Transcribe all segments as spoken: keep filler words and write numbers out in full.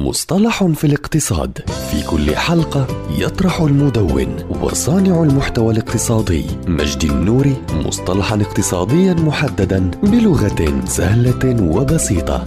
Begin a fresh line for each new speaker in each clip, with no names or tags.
مصطلح في الاقتصاد. في كل حلقة يطرح المدون وصانع المحتوى الاقتصادي مجدي النوري مصطلحا اقتصاديا محددا بلغة سهلة وبسيطة.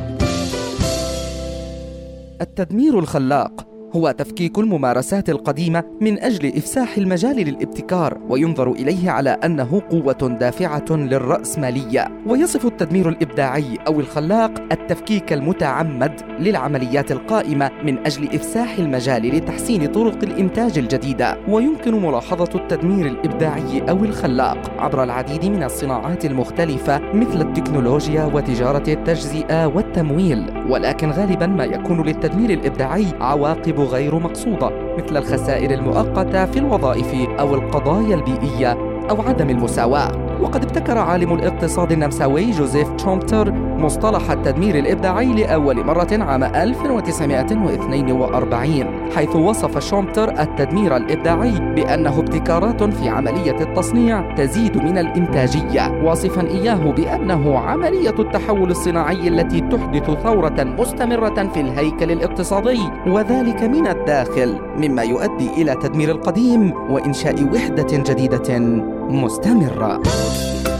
التدمير الخلاق هو تفكيك الممارسات القديمة من أجل إفساح المجال للابتكار، وينظر إليه على أنه قوة دافعة للرأسمالية. ويصف التدمير الإبداعي أو الخلاق التفكيك المتعمد للعمليات القائمة من أجل إفساح المجال لتحسين طرق الإنتاج الجديدة. ويمكن ملاحظة التدمير الإبداعي أو الخلاق عبر العديد من الصناعات المختلفة مثل التكنولوجيا وتجارة التجزئة والتمويل، ولكن غالباً ما يكون للتدمير الإبداعي عواقب غير مقصودة مثل الخسائر المؤقتة في الوظائف أو القضايا البيئية أو عدم المساواة. وقد ابتكر عالم الاقتصاد النمساوي جوزيف شومبتر مصطلح التدمير الإبداعي لأول مرة عام ألف وتسعمائة واثنين وأربعين، حيث وصف شومبتر التدمير الإبداعي بأنه ابتكارات في عملية التصنيع تزيد من الإنتاجية، واصفا إياه بأنه عملية التحول الصناعي التي تحدث ثورة مستمرة في الهيكل الاقتصادي وذلك من الداخل، مما يؤدي إلى تدمير القديم وإنشاء وحدة جديدة مستمرة.